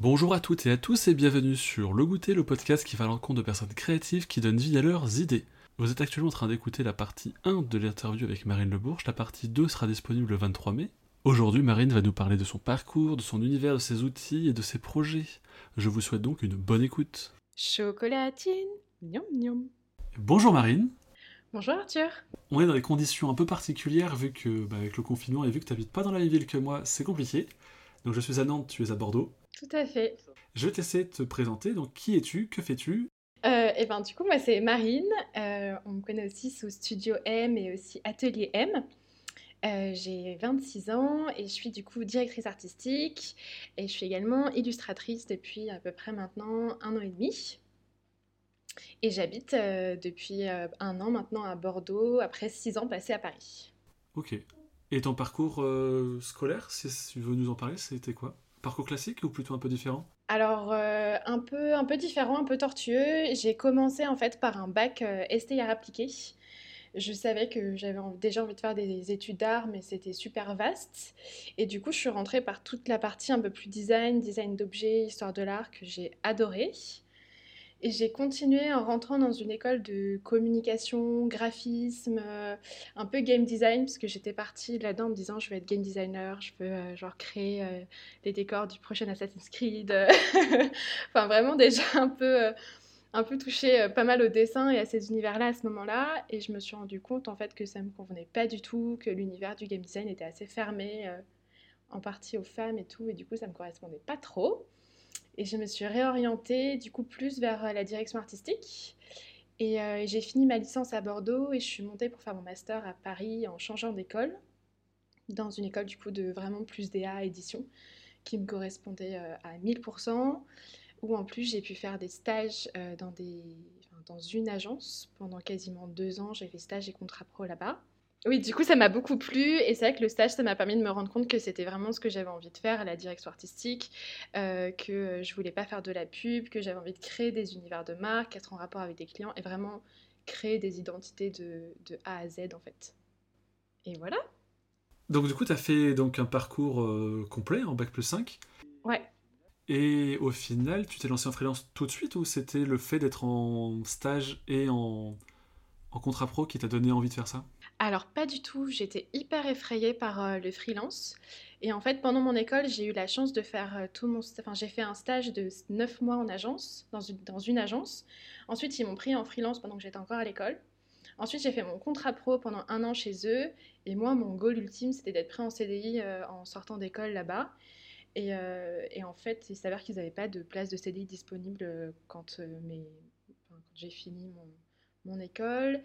Bonjour à toutes et à tous et bienvenue sur Le Goûter, le podcast qui va à l'encontre de personnes créatives qui donnent vie à leurs idées. Vous êtes actuellement en train d'écouter la partie 1 de l'interview avec Marine Lebourge, la partie 2 sera disponible le 23 mai. Aujourd'hui, Marine va nous parler de son parcours, de son univers, de ses outils et de ses projets. Je vous souhaite donc une bonne écoute. Chocolatine, miam miam. Bonjour Marine. Bonjour Arthur. On est dans des conditions un peu particulières vu que, avec le confinement et vu que tu n'habites pas dans la même ville que moi, c'est compliqué. Donc je suis à Nantes, tu es à Bordeaux. Tout à fait. Je vais t'essayer de te présenter, donc qui es-tu, que fais-tu? Du coup, moi c'est Marine. On me connaît aussi sous Studio M et aussi Atelier M. J'ai 26 ans et je suis du coup directrice artistique et je suis également illustratrice depuis à peu près maintenant 1 an et demi. Et j'habite depuis 1 an maintenant à Bordeaux après 6 ans passés à Paris. Ok. Et ton parcours scolaire, si tu veux nous en parler, c'était quoi? Parcours classique ou plutôt un peu différent? Alors, un peu différent, un peu tortueux. J'ai commencé en fait par un bac ST art appliqué. Je savais que j'avais déjà envie de faire des études d'art, mais c'était super vaste. Et du coup, je suis rentrée par toute la partie un peu plus design, design d'objets, histoire de l'art, que j'ai adoré. Et j'ai continué en rentrant dans une école de communication, graphisme, un peu game design, parce que j'étais partie là-dedans en me disant je vais être game designer, je veux genre créer les décors du prochain Assassin's Creed. Enfin, vraiment déjà un peu touché pas mal au dessin et à ces univers-là à ce moment-là. Et je me suis rendu compte en fait que ça me convenait pas du tout, que l'univers du game design était assez fermé, en partie aux femmes et tout, et du coup ça me correspondait pas trop. Et je me suis réorientée du coup plus vers la direction artistique. Et j'ai fini ma licence à Bordeaux et je suis montée pour faire mon master à Paris en changeant d'école, dans une école du coup de vraiment plus DA édition, qui me correspondait à 1000%, où en plus j'ai pu faire des stages dans une agence. Pendant quasiment 2 ans, j'ai fait stage et contrat pro là-bas. Oui, du coup, ça m'a beaucoup plu et c'est vrai que le stage, ça m'a permis de me rendre compte que c'était vraiment ce que j'avais envie de faire, la direction artistique, que je voulais pas faire de la pub, que j'avais envie de créer des univers de marque, être en rapport avec des clients et vraiment créer des identités de A à Z en fait. Et voilà. Donc du coup, tu as fait donc un parcours complet en bac plus 5. Ouais. Et au final, tu t'es lancé en freelance tout de suite ou c'était le fait d'être en stage et en contrat pro qui t'a donné envie de faire ça? Alors pas du tout, j'étais hyper effrayée par le freelance. Et en fait, pendant mon école, j'ai eu la chance de faire enfin, j'ai fait un stage de 9 mois en agence, dans une agence. Ensuite, ils m'ont pris en freelance pendant que j'étais encore à l'école. Ensuite, j'ai fait mon contrat pro pendant 1 an chez eux. Et moi, mon goal ultime, c'était d'être pris en CDI en sortant d'école là-bas. Et en fait, il s'avère qu'ils n'avaient pas de place de CDI disponible quand j'ai fini mon école.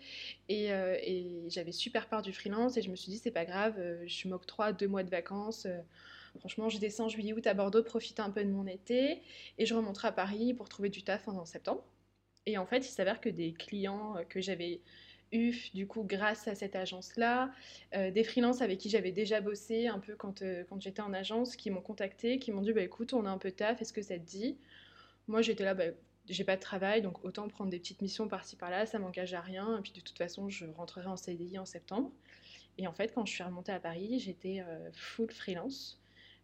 Et j'avais super peur du freelance et je me suis dit, c'est pas grave, je m'octroie 2 mois de vacances. Franchement, je descends juillet-août à Bordeaux, profiter un peu de mon été et je remonterai à Paris pour trouver du taf en septembre. Et en fait, il s'avère que des clients que j'avais eu du coup grâce à cette agence-là, des freelances avec qui j'avais déjà bossé un peu quand j'étais en agence, qui m'ont contacté, qui m'ont dit bah écoute, on a un peu de taf, est-ce que ça te dit? Moi j'étais là, bah j'ai pas de travail, donc autant prendre des petites missions par-ci par-là, ça m'engage à rien, et puis de toute façon je rentrerai en CDI en septembre. Et en fait, quand je suis remontée à Paris, j'étais full freelance.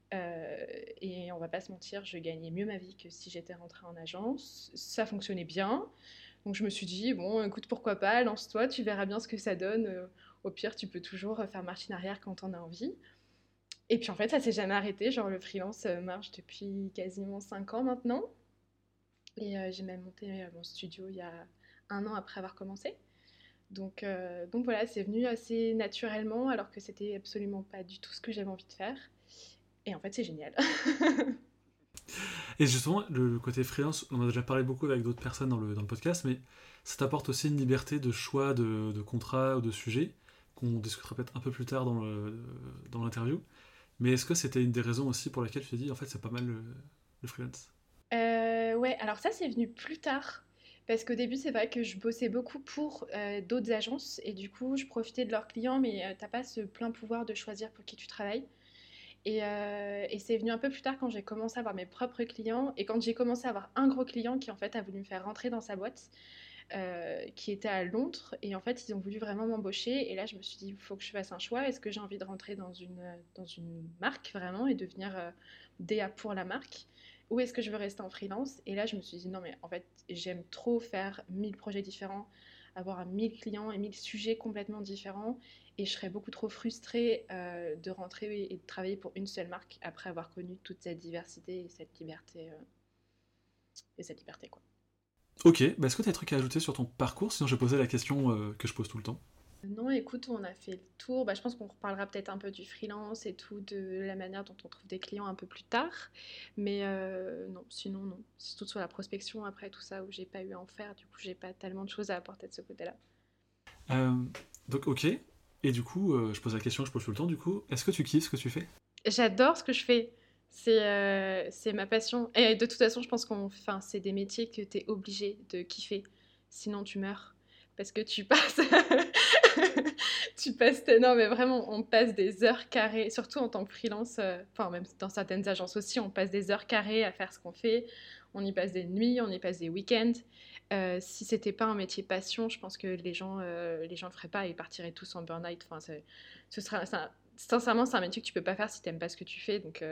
Et on va pas se mentir, je gagnais mieux ma vie que si j'étais rentrée en agence. Ça fonctionnait bien. Donc je me suis dit, bon, écoute, pourquoi pas, lance-toi, tu verras bien ce que ça donne. Au pire, tu peux toujours faire machine arrière quand t'en as envie. Et puis en fait, ça s'est jamais arrêté. Genre, le freelance marche depuis quasiment 5 ans maintenant. Et j'ai même monté mon studio il y a 1 an après avoir commencé. Donc voilà, c'est venu assez naturellement, alors que c'était absolument pas du tout ce que j'avais envie de faire. Et en fait, c'est génial. Et justement, le côté freelance, on en a déjà parlé beaucoup avec d'autres personnes dans le podcast, mais ça t'apporte aussi une liberté de choix de contrat ou de sujet, qu'on discutera peut-être un peu plus tard dans l'interview. Mais est-ce que c'était une des raisons aussi pour laquelle tu t'es dit, en fait, c'est pas mal le freelance? Ouais, alors ça, c'est venu plus tard. Parce qu'au début, c'est vrai que je bossais beaucoup pour d'autres agences et du coup, je profitais de leurs clients, mais t'as pas ce plein pouvoir de choisir pour qui tu travailles. Et c'est venu un peu plus tard quand j'ai commencé à avoir mes propres clients et quand j'ai commencé à avoir un gros client qui en fait a voulu me faire rentrer dans sa boîte, qui était à Londres. Et en fait, ils ont voulu vraiment m'embaucher. Et là, je me suis dit, il faut que je fasse un choix. Est-ce que j'ai envie de rentrer dans une marque vraiment et devenir DA pour la marque? où est-ce que je veux rester en freelance? Et là, je me suis dit, non, mais en fait, j'aime trop faire 1000 projets différents, avoir 1000 clients et 1000 sujets complètement différents. Et je serais beaucoup trop frustrée de rentrer et de travailler pour une seule marque après avoir connu toute cette diversité et cette liberté, quoi. Ok, bah est-ce que tu as des trucs à ajouter sur ton parcours? Sinon, je vais poser la question que je pose tout le temps. Non, écoute, on a fait le tour. Bah, je pense qu'on reparlera peut-être un peu du freelance et tout, de la manière dont on trouve des clients un peu plus tard. Mais non, sinon, non. C'est surtout sur la prospection après tout ça où j'ai pas eu à en faire. Du coup, j'ai pas tellement de choses à apporter de ce côté-là. Euh, donc, ok. Et du coup, je pose la question que je pose tout le temps, du coup. Est-ce que tu kiffes ce que tu fais? J'adore ce que je fais. C'est ma passion. Et de toute façon, je pense enfin, c'est des métiers que tu es obligé de kiffer. Sinon, tu meurs. Parce que tu passes. Non, mais vraiment, on passe des heures carrées, surtout en tant que freelance. Enfin, même dans certaines agences aussi, on passe des heures carrées à faire ce qu'on fait. On y passe des nuits, on y passe des week-ends. Si c'était pas un métier passion, je pense que les gens le feraient pas et partiraient tous en burn-out. Enfin, ce sera, sincèrement, c'est un métier que tu peux pas faire si t'aimes pas ce que tu fais. Donc,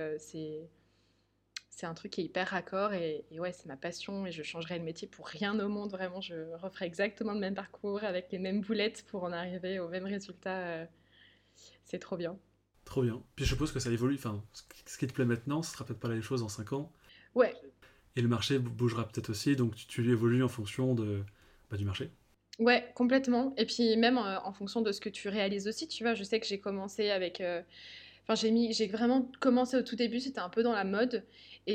c'est un truc qui est hyper raccord et ouais, c'est ma passion et je changerais le métier pour rien au monde. Vraiment, je referais exactement le même parcours avec les mêmes boulettes pour en arriver au même résultat. C'est trop bien. Trop bien. Puis je suppose que ça évolue. Enfin, ce qui te plaît maintenant, ce sera peut-être pas la même chose dans 5 ans. Ouais, Et le marché bougera peut-être aussi, donc tu évolues en fonction du marché. ouais, complètement. Et puis même en fonction de ce que tu réalises aussi, tu vois, je sais que j'ai commencé avec enfin, j'ai vraiment commencé au tout début, c'était un peu dans la mode.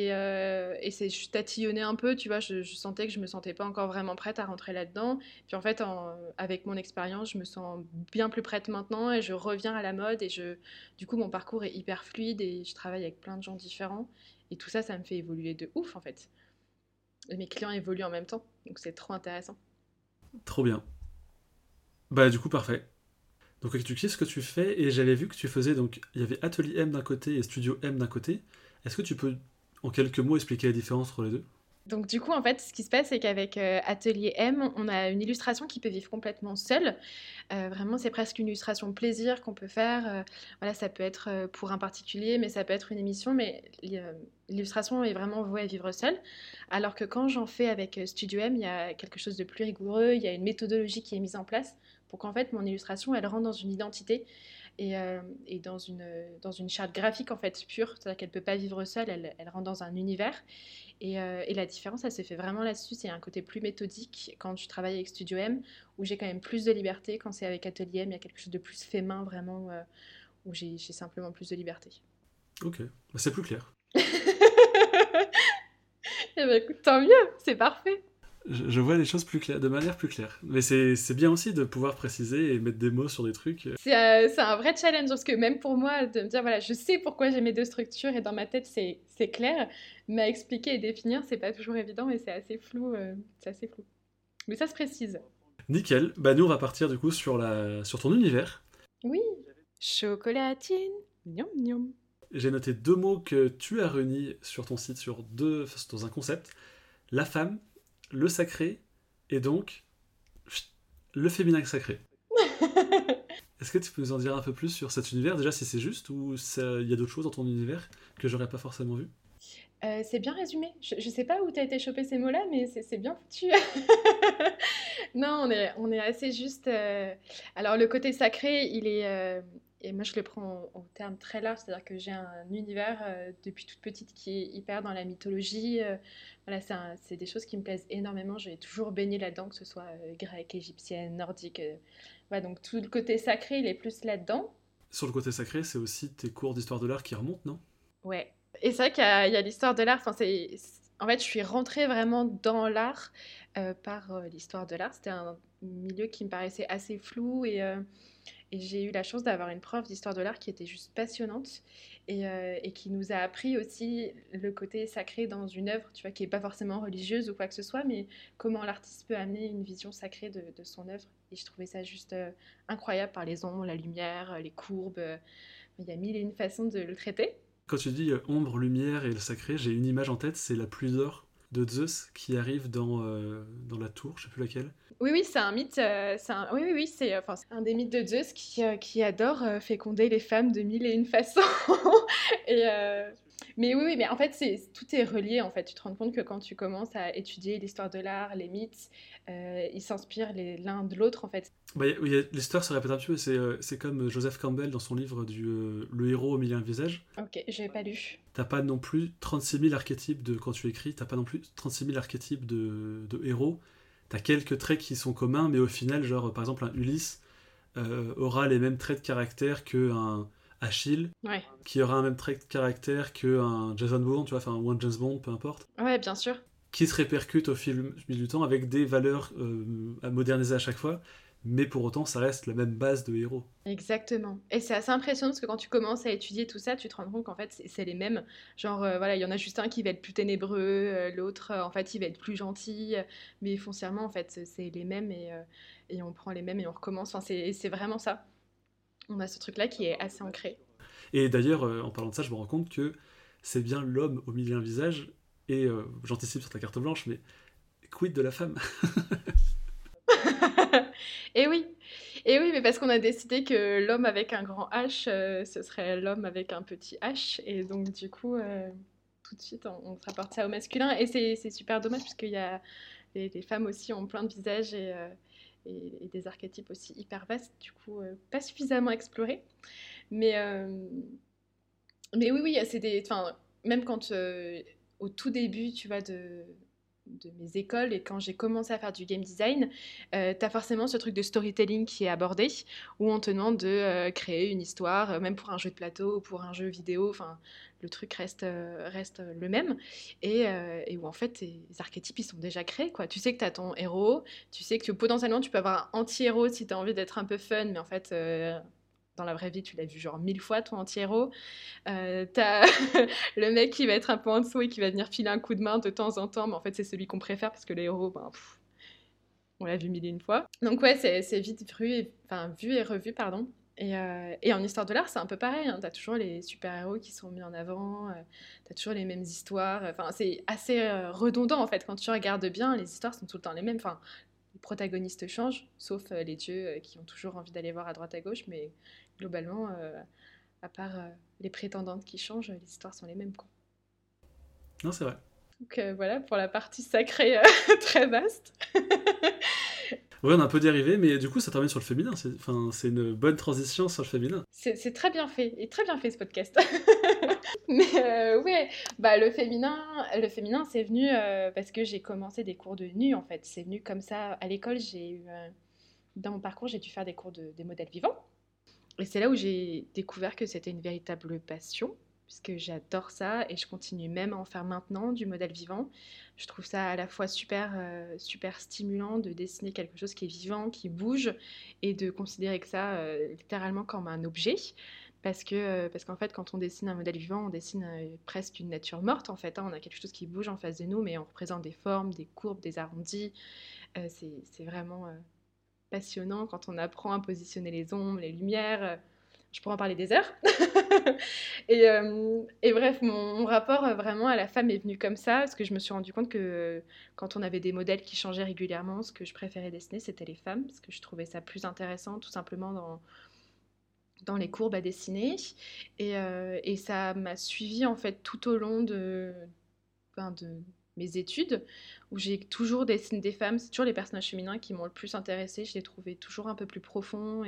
Je tatillonnais un peu, tu vois, je sentais que je me sentais pas encore vraiment prête à rentrer là-dedans. Puis en fait, avec mon expérience, je me sens bien plus prête maintenant et je reviens à la mode. Du coup, mon parcours est hyper fluide et je travaille avec plein de gens différents. Et tout ça, ça me fait évoluer de ouf, en fait. Et mes clients évoluent en même temps, donc c'est trop intéressant. Trop bien. Bah du coup, parfait. Donc tu sais ce que tu fais, et j'avais vu que tu faisais, donc il y avait Atelier M d'un côté et Studio M d'un côté. Est-ce que tu peux, en quelques mots, expliquer la différence entre les deux? Donc du coup, en fait, ce qui se passe, c'est qu'avec Atelier M, on a une illustration qui peut vivre complètement seule. Vraiment, c'est presque une illustration plaisir qu'on peut faire. Voilà, ça peut être pour un particulier, mais ça peut être une émission, mais l'illustration est vraiment vouée à vivre seule. Alors que quand j'en fais avec Studio M, il y a quelque chose de plus rigoureux, il y a une méthodologie qui est mise en place pour qu'en fait, mon illustration, elle rentre dans une identité et dans une charte graphique en fait pure, c'est-à-dire qu'elle ne peut pas vivre seule, elle rentre dans un univers. Et la différence, elle se fait vraiment là-dessus. C'est un côté plus méthodique quand tu travailles avec Studio M, où j'ai quand même plus de liberté. Quand c'est avec Atelier M, il y a quelque chose de plus fait main, vraiment, où j'ai simplement plus de liberté. Ok, bah, c'est plus clair. Eh ben écoute, tant mieux, c'est parfait. Je vois les choses plus claires, de manière plus claire. Mais c'est bien aussi de pouvoir préciser et mettre des mots sur des trucs. C'est un vrai challenge, parce que même pour moi, de me dire, voilà, je sais pourquoi j'ai mes deux structures, et dans ma tête, c'est clair, mais à expliquer et définir, c'est pas toujours évident, et c'est assez flou, c'est assez flou. Mais ça se précise. Nickel. Bah nous on va partir du coup sur ton univers. Oui, chocolatine, miam miam. J'ai noté deux mots que tu as réunis sur ton site dans un concept. La femme, le sacré, et donc le féminin sacré. Est-ce que tu peux nous en dire un peu plus sur cet univers, déjà si c'est juste, ou il y a d'autres choses dans ton univers que j'aurais pas forcément vu? C'est bien résumé. Je sais pas où t'as été choper ces mots-là, mais c'est bien foutu. Non, on est assez juste. Alors, le côté sacré, et moi je le prends en termes très larges, c'est-à-dire que j'ai un univers depuis toute petite qui est hyper dans la mythologie. Voilà, c'est des choses qui me plaisent énormément. J'ai toujours baigné là-dedans, que ce soit grecque, égyptienne, nordique. Voilà, donc tout le côté sacré, il est plus là-dedans. Sur le côté sacré, c'est aussi tes cours d'histoire de l'art qui remontent, non? Ouais. Et c'est vrai il y a l'histoire de l'art. Enfin, en fait, je suis rentrée vraiment dans l'art par l'histoire de l'art. C'était un milieu qui me paraissait assez flou et j'ai eu la chance d'avoir une prof d'histoire de l'art qui était juste passionnante et qui nous a appris aussi le côté sacré dans une œuvre, tu vois, qui n'est pas forcément religieuse ou quoi que ce soit, mais comment l'artiste peut amener une vision sacrée de son œuvre. Et je trouvais ça juste incroyable par les ombres, la lumière, les courbes. Il y a mille et une façons de le traiter. Quand tu dis ombre, lumière et le sacré, j'ai une image en tête, c'est la pluie d'or de Zeus qui arrive dans la tour, je sais plus laquelle. Oui, oui, c'est un mythe. Oui, oui, oui, enfin, c'est un des mythes de Zeus qui adore féconder les femmes de mille et une façons. et, euh, Mais oui, oui, mais en fait, tout est relié, en fait. Tu te rends compte que quand tu commences à étudier l'histoire de l'art, les mythes, ils s'inspirent l'un de l'autre, en fait. Bah, l'histoire se répète un petit peu, c'est comme Joseph Campbell dans son livre Le héros au milieu d'un visage. Ok, je n'ai pas lu. T'as pas non plus 36 000 archétypes quand tu écris, t'as pas non plus 36 000 archétypes de héros. T'as quelques traits qui sont communs, mais au final, genre par exemple un Ulysse aura les mêmes traits de caractère qu'un Achille, Ouais, qui aura un même trait de caractère qu'un Jason Bourne, tu vois, enfin ou un James Bond, peu importe, ouais, bien sûr. qui se répercute au fil du temps avec des valeurs à moderniser à chaque fois, mais pour autant, ça reste la même base de héros. Exactement. Et c'est assez impressionnant parce que quand tu commences à étudier tout ça, tu te rends compte qu'en fait, c'est les mêmes. Genre, voilà, il y en a juste un qui va être plus ténébreux, l'autre, en fait, il va être plus gentil. Mais foncièrement, en fait, c'est les mêmes et on prend les mêmes et on recommence. Enfin, c'est vraiment ça. On a ce truc-là qui est assez ancré. Et d'ailleurs, en parlant de ça, je me rends compte que c'est bien l'homme au milieu d'un visage, et j'anticipe sur ta carte blanche, mais quid de la femme? Et oui, et oui, mais parce qu'on a décidé que l'homme avec un grand H, ce serait l'homme avec un petit H. Et donc, du coup, tout de suite, on se rapporte ça au masculin. Et c'est super dommage parce qu'il y a les femmes aussi ont plein de visages et des archétypes aussi hyper vastes, du coup, pas suffisamment explorés. Mais, mais oui, oui, c'est des. Enfin, même quand au tout début, tu vois, de mes écoles et quand j'ai commencé à faire du game design, tu as forcément ce truc de storytelling qui est abordé, où on te demande de créer une histoire, même pour un jeu de plateau ou pour un jeu vidéo, enfin, le truc reste le même, et où en fait, les archétypes, ils sont déjà créés, quoi. Tu sais que tu as ton héros, tu sais que potentiellement, tu peux avoir un anti-héros si tu as envie d'être un peu fun, mais en fait, dans la vraie vie, tu l'as vu genre 1000 fois, ton anti-héros. T'as le mec qui va être un peu en dessous et qui va venir filer un coup de main de temps en temps, mais en fait, c'est celui qu'on préfère parce que les héros, ben, on l'a vu mille et une fois. Donc, ouais, c'est vite vu et revu, pardon. Et en histoire de l'art, c'est un peu pareil. Hein. T'as toujours les super-héros qui sont mis en avant, t'as toujours les mêmes histoires. Enfin, c'est assez redondant en fait. Quand tu regardes bien, les histoires sont tout le temps les mêmes. Enfin, les protagonistes changent, sauf les dieux qui ont toujours envie d'aller voir à droite à gauche, mais globalement, à part les prétendantes qui changent, les histoires sont les mêmes, quoi. Non, c'est vrai. Donc voilà pour la partie sacrée très vaste. Ouais, on a un peu dérivé, mais du coup, ça termine sur le féminin. C'est une bonne transition sur le féminin. C'est très bien fait, et très bien fait ce podcast. Mais ouais, bah le féminin c'est venu parce que j'ai commencé des cours de nu en fait. C'est venu comme ça à l'école. Dans mon parcours, j'ai dû faire des cours des modèles vivants. Et c'est là où j'ai découvert que c'était une véritable passion, puisque j'adore ça et je continue même à en faire maintenant du modèle vivant. Je trouve ça à la fois super, super stimulant de dessiner quelque chose qui est vivant, qui bouge, et de considérer que ça littéralement comme un objet. Parce qu'en fait, quand on dessine un modèle vivant, on dessine presque une nature morte. En fait, hein. On a quelque chose qui bouge en face de nous, mais on représente des formes, des courbes, des arrondis. C'est vraiment passionnant quand on apprend à positionner les ombres, les lumières. Je pourrais en parler des heures. Et bref, mon rapport vraiment à la femme est venu comme ça, parce que je me suis rendu compte que quand on avait des modèles qui changeaient régulièrement, ce que je préférais dessiner, c'était les femmes, parce que je trouvais ça plus intéressant, tout simplement dans les courbes à dessiner. Et ça m'a suivi en fait tout au long de mes études, où j'ai toujours dessiné des femmes. C'est toujours les personnages féminins qui m'ont le plus intéressée. Je les trouvais toujours un peu plus profonds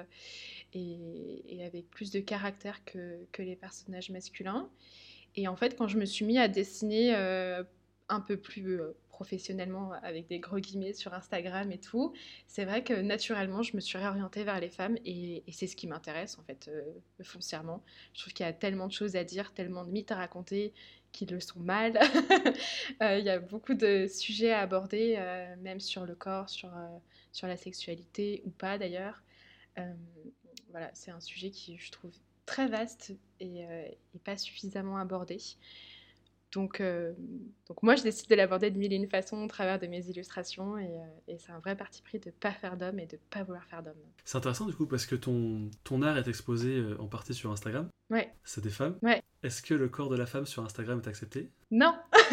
et avec plus de caractère que les personnages masculins. Et en fait, quand je me suis mis à dessiner un peu plus professionnellement, avec des gros guillemets sur Instagram et tout, c'est vrai que naturellement, je me suis réorientée vers les femmes et c'est ce qui m'intéresse en fait, foncièrement. Je trouve qu'il y a tellement de choses à dire, tellement de mythes à raconter qui le sont mal. Il y a beaucoup de sujets à aborder, même sur le corps, sur la sexualité ou pas d'ailleurs. Euh, voilà, c'est un sujet qui, je trouve, très vaste et pas suffisamment abordé. Donc, euh, donc moi, je décide de l'aborder de mille et une façons au travers de mes illustrations et c'est un vrai parti pris de ne pas faire d'homme et de ne pas vouloir faire d'homme. C'est intéressant du coup parce que ton art est exposé en partie sur Instagram. Ouais, C'est des femmes. ouais, Est-ce que le corps de la femme sur Instagram est accepté? non.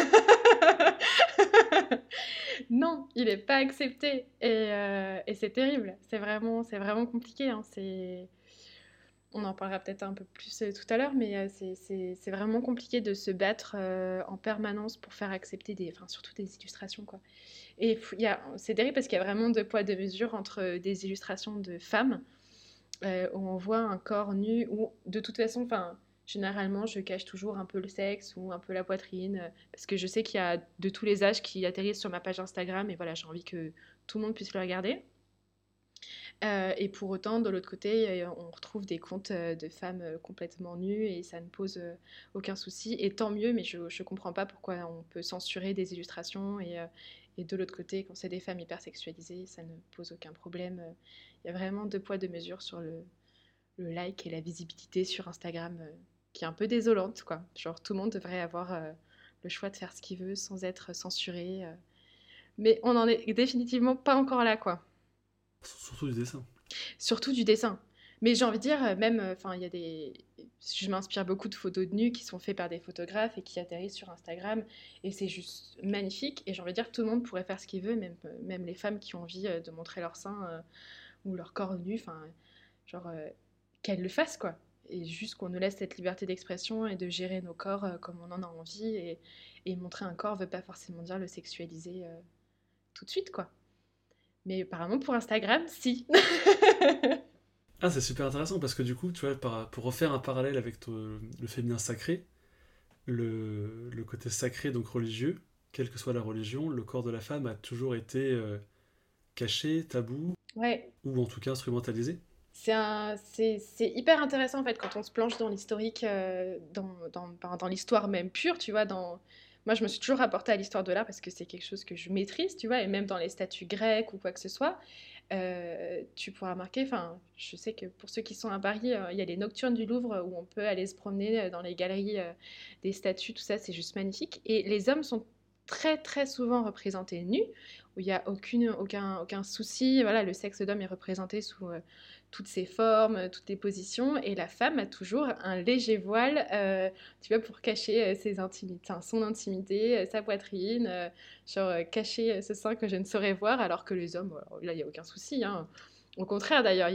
Non, il n'est pas accepté et c'est terrible. C'est vraiment compliqué. Hein. On en parlera peut-être un peu plus tout à l'heure, mais c'est vraiment compliqué de se battre en permanence pour faire accepter enfin, surtout des illustrations, quoi. Et c'est terrible parce qu'il y a vraiment deux poids, deux mesures entre des illustrations de femmes où on voit un corps nu, ou de toute façon, enfin, généralement, je cache toujours un peu le sexe ou un peu la poitrine, parce que je sais qu'il y a de tous les âges qui atterrissent sur ma page Instagram, et voilà, j'ai envie que tout le monde puisse le regarder. Et pour autant, de l'autre côté, on retrouve des comptes de femmes complètement nues et ça ne pose aucun souci. Et tant mieux, mais je ne comprends pas pourquoi on peut censurer des illustrations. Et de l'autre côté, quand c'est des femmes hyper sexualisées, ça ne pose aucun problème. Il y a vraiment deux poids, deux mesures sur le like et la visibilité sur Instagram qui est un peu désolante, quoi. Genre, tout le monde devrait avoir le choix de faire ce qu'il veut sans être censuré. Mais on n'en est définitivement pas encore là, quoi. Surtout du dessin. Surtout du dessin. Mais j'ai envie de dire, même, enfin, il y a des. Je m'inspire beaucoup de photos de nus qui sont faites par des photographes et qui atterrissent sur Instagram. Et c'est juste magnifique. Et j'ai envie de dire, tout le monde pourrait faire ce qu'il veut, même les femmes qui ont envie de montrer leur sein ou leur corps nu. Enfin, genre, qu'elles le fassent, quoi. Et juste qu'on nous laisse cette liberté d'expression et de gérer nos corps comme on en a envie. Et montrer un corps ne veut pas forcément dire le sexualiser tout de suite, quoi. Mais apparemment, pour Instagram, si. Ah, c'est super intéressant parce que du coup, tu vois, pour refaire un parallèle avec le féminin sacré, le côté sacré, donc religieux, quelle que soit la religion, le corps de la femme a toujours été caché, tabou, Ouais, ou en tout cas instrumentalisé. c'est hyper intéressant en fait quand on se plonge dans l'historique, dans l'histoire même pure, tu vois. Moi, je me suis toujours rapportée à l'histoire de l'art parce que c'est quelque chose que je maîtrise, tu vois, et même dans les statues grecques ou quoi que ce soit, tu pourras remarquer, enfin, je sais que pour ceux qui sont à Paris, il y a les Nocturnes du Louvre où on peut aller se promener dans les galeries des statues, tout ça, c'est juste magnifique. Et les hommes sont très très souvent représentés nus, où il n'y a aucun souci, voilà, le sexe d'homme est représenté sous toutes ses formes, toutes les positions, et la femme a toujours un léger voile, tu vois, pour cacher ses intimités, enfin, son intimité, sa poitrine, genre cacher ce sein que je ne saurais voir, alors que les hommes, alors, là, il n'y a aucun souci, hein. Au contraire, d'ailleurs,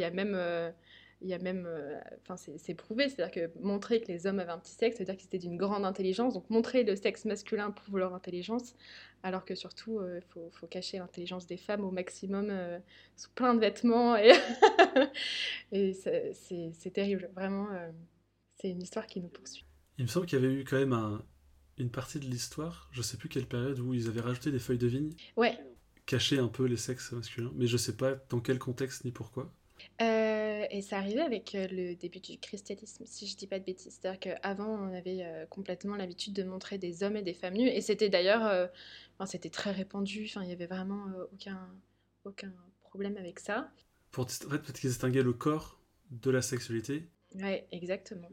enfin, c'est prouvé, c'est-à-dire que montrer que les hommes avaient un petit sexe, c'est-à-dire qu'ils étaient d'une grande intelligence, donc montrer le sexe masculin prouve leur intelligence, alors que surtout, faut cacher l'intelligence des femmes au maximum sous plein de vêtements, et, et c'est terrible, vraiment, c'est une histoire qui nous poursuit. Il me semble qu'il y avait eu quand même une partie de l'histoire, je sais plus quelle période, où ils avaient rajouté des feuilles de vigne, Ouais, cacher un peu les sexes masculins, mais je sais pas dans quel contexte ni pourquoi. et ça arrivait avec le début du christianisme, si je dis pas de bêtises. C'est-à-dire qu'avant, on avait complètement l'habitude de montrer des hommes et des femmes nus, et c'était d'ailleurs, enfin, c'était très répandu, enfin, il y avait vraiment aucun problème avec ça. En fait, peut-être qu'ils distinguaient le corps de la sexualité, Ouais, exactement.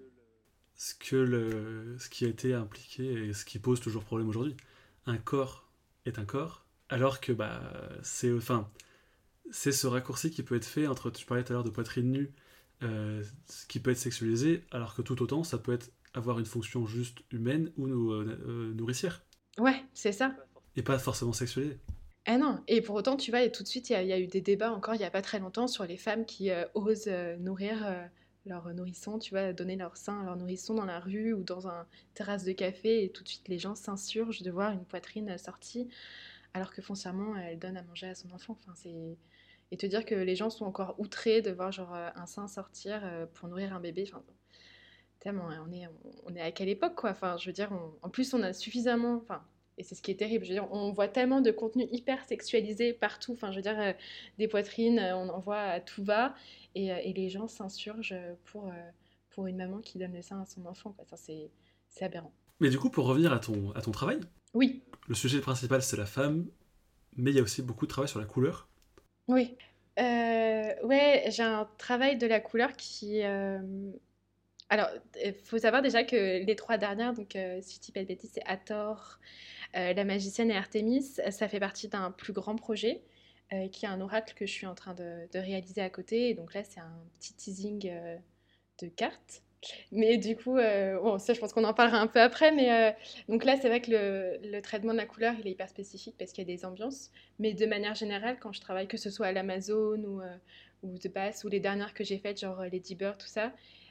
ce qui a été impliqué et ce qui pose toujours problème aujourd'hui. Un corps est un corps, alors que bah, c'est ce raccourci qui peut être fait entre, tu parlais tout à l'heure de poitrine nue, qui peut être sexualisé, alors que tout autant, ça peut avoir une fonction juste humaine ou nourricière, Ouais, c'est ça. et pas forcément sexualisée. Ah non, et pour autant, tu vois, et tout de suite, il y a eu des débats encore il n'y a pas très longtemps sur les femmes qui osent nourrir leurs nourrissons, tu vois, donner leur sein à leurs nourrissons dans la rue ou dans un terrasse de café, et tout de suite, les gens s'insurgent de voir une poitrine sortie, alors que foncièrement, elle donne à manger à son enfant. Enfin, c'est. Et te dire que les gens sont encore outrés de voir genre un sein sortir pour nourrir un bébé, enfin, tellement, on est à quelle époque, quoi. Enfin, je veux dire, en plus, on a suffisamment. Enfin, et c'est ce qui est terrible. Je veux dire, on voit tellement de contenu hyper sexualisé partout. Enfin, je veux dire, des poitrines, on en voit à tout va. Et les gens s'insurgent pour une maman qui donne le sein à son enfant, quoi. Ça, c'est aberrant. Mais du coup, pour revenir à ton travail, Oui, le sujet principal c'est la femme, mais il y a aussi beaucoup de travail sur la couleur. oui. Ouais, j'ai un travail de la couleur qui. Alors, il faut savoir déjà que les trois dernières, donc si je dis pas de bêtises, c'est Hathor, La magicienne et Artémis, ça fait partie d'un plus grand projet qui est un oracle que je suis en train de réaliser à côté. Et donc là, c'est un petit teasing de cartes. Mais du coup, bon, ça, je pense qu'on en parlera un peu après. Mais donc là, c'est vrai que le traitement de la couleur, il est hyper spécifique parce qu'il y a des ambiances. Mais de manière générale, quand je travaille, que ce soit à l'Amazon ou The Bass ou les dernières que j'ai faites, genre Lady Bird, tout ça,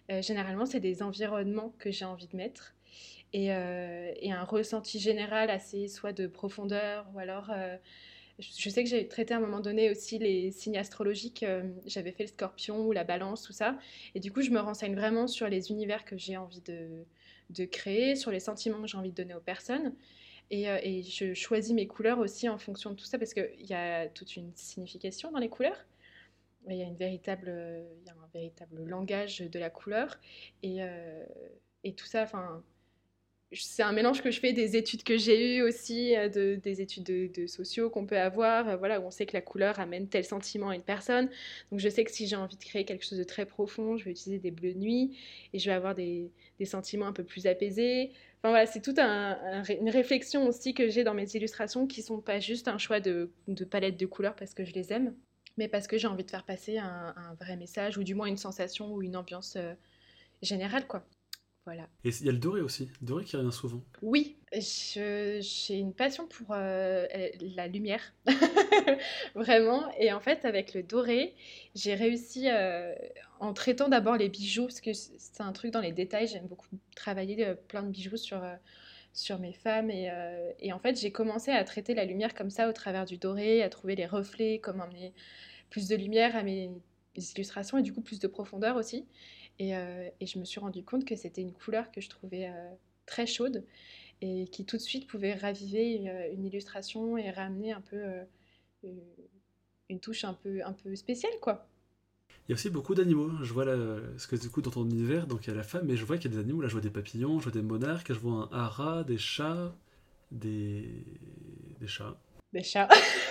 Généralement, c'est des environnements que j'ai envie de mettre et un ressenti général assez soit de profondeur ou alors je sais que j'ai traité à un moment donné aussi les signes astrologiques. J'avais fait le scorpion ou la balance, tout ça. Et du coup, je me renseigne vraiment sur les univers que j'ai envie de créer, sur les sentiments que j'ai envie de donner aux personnes. Et je choisis mes couleurs aussi en fonction de tout ça parce qu'il y a toute une signification dans les couleurs. Il y a un véritable langage de la couleur. Et, euh, et tout ça, enfin, c'est un mélange que je fais des études que j'ai eues aussi, des études de sociaux qu'on peut avoir, voilà, où on sait que la couleur amène tel sentiment à une personne. Donc je sais que si j'ai envie de créer quelque chose de très profond, je vais utiliser des bleus de nuit et je vais avoir des sentiments un peu plus apaisés. Enfin voilà, c'est toute une réflexion aussi que j'ai dans mes illustrations qui sont pas juste un choix de palette de couleurs parce que je les aime, mais parce que j'ai envie de faire passer un vrai message ou du moins une sensation ou une ambiance générale, quoi. Voilà. Et il y a le doré aussi, le doré qui revient souvent. Oui, j'ai une passion pour la lumière, vraiment. Et en fait, avec le doré, j'ai réussi, en traitant d'abord les bijoux, parce que c'est un truc dans les détails, j'aime beaucoup travailler plein de bijoux sur mes femmes. Et en fait, j'ai commencé à traiter la lumière comme ça au travers du doré, à trouver les reflets, comment amener plus de lumière à mes illustrations et du coup plus de profondeur aussi. Et je me suis rendu compte que c'était une couleur que je trouvais très chaude et qui tout de suite pouvait raviver une illustration et ramener un peu une une touche un peu spéciale, quoi. Il y a aussi beaucoup d'animaux. Je vois là, ce que du coup dans ton univers, donc il y a la femme, mais je vois qu'il y a des animaux. Là, je vois des papillons, je vois des monarques, je vois un hara, des chats, des, des chats. Des chats.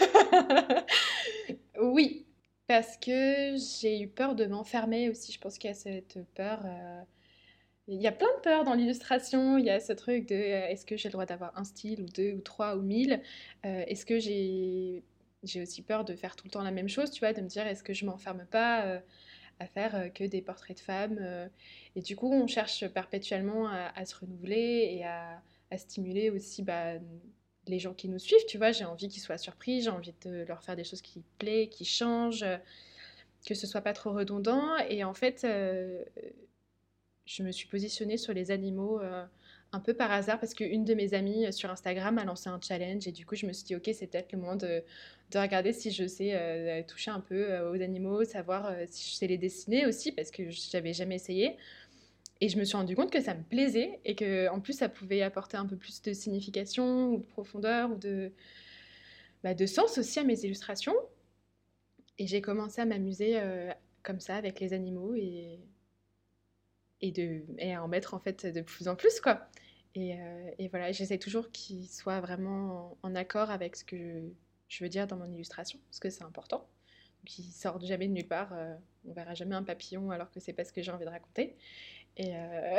Oui, parce que j'ai eu peur de m'enfermer aussi. Je pense qu'il y a cette peur. Il y a plein de peurs dans l'illustration. Il y a ce truc de est-ce que j'ai le droit d'avoir un style ou deux ou trois ou mille. Est-ce que j'ai aussi peur de faire tout le temps la même chose, tu vois, de me dire est-ce que je m'enferme pas à faire que des portraits de femmes. Et du coup, on cherche perpétuellement à se renouveler et à stimuler aussi les gens qui nous suivent. Tu vois, j'ai envie qu'ils soient surpris, j'ai envie de leur faire des choses qui plaisent, qui changent, que ce soit pas trop redondant. Et en fait, je me suis positionnée sur les animaux un peu par hasard parce qu'une de mes amies sur Instagram a lancé un challenge et du coup je me suis dit ok c'est peut-être le moment de regarder si je sais toucher un peu aux animaux, savoir si je sais les dessiner aussi parce que j'avais jamais essayé et je me suis rendu compte que ça me plaisait et que en plus ça pouvait apporter un peu plus de signification ou de profondeur ou de sens aussi à mes illustrations et j'ai commencé à m'amuser comme ça avec les animaux et à en mettre en fait de plus en plus quoi. Et voilà, j'essaie toujours qu'il soit vraiment en accord avec ce que je veux dire dans mon illustration, parce que c'est important. Qu'il sorte jamais de nulle part. On verra jamais un papillon alors que c'est pas ce que j'ai envie de raconter. Et,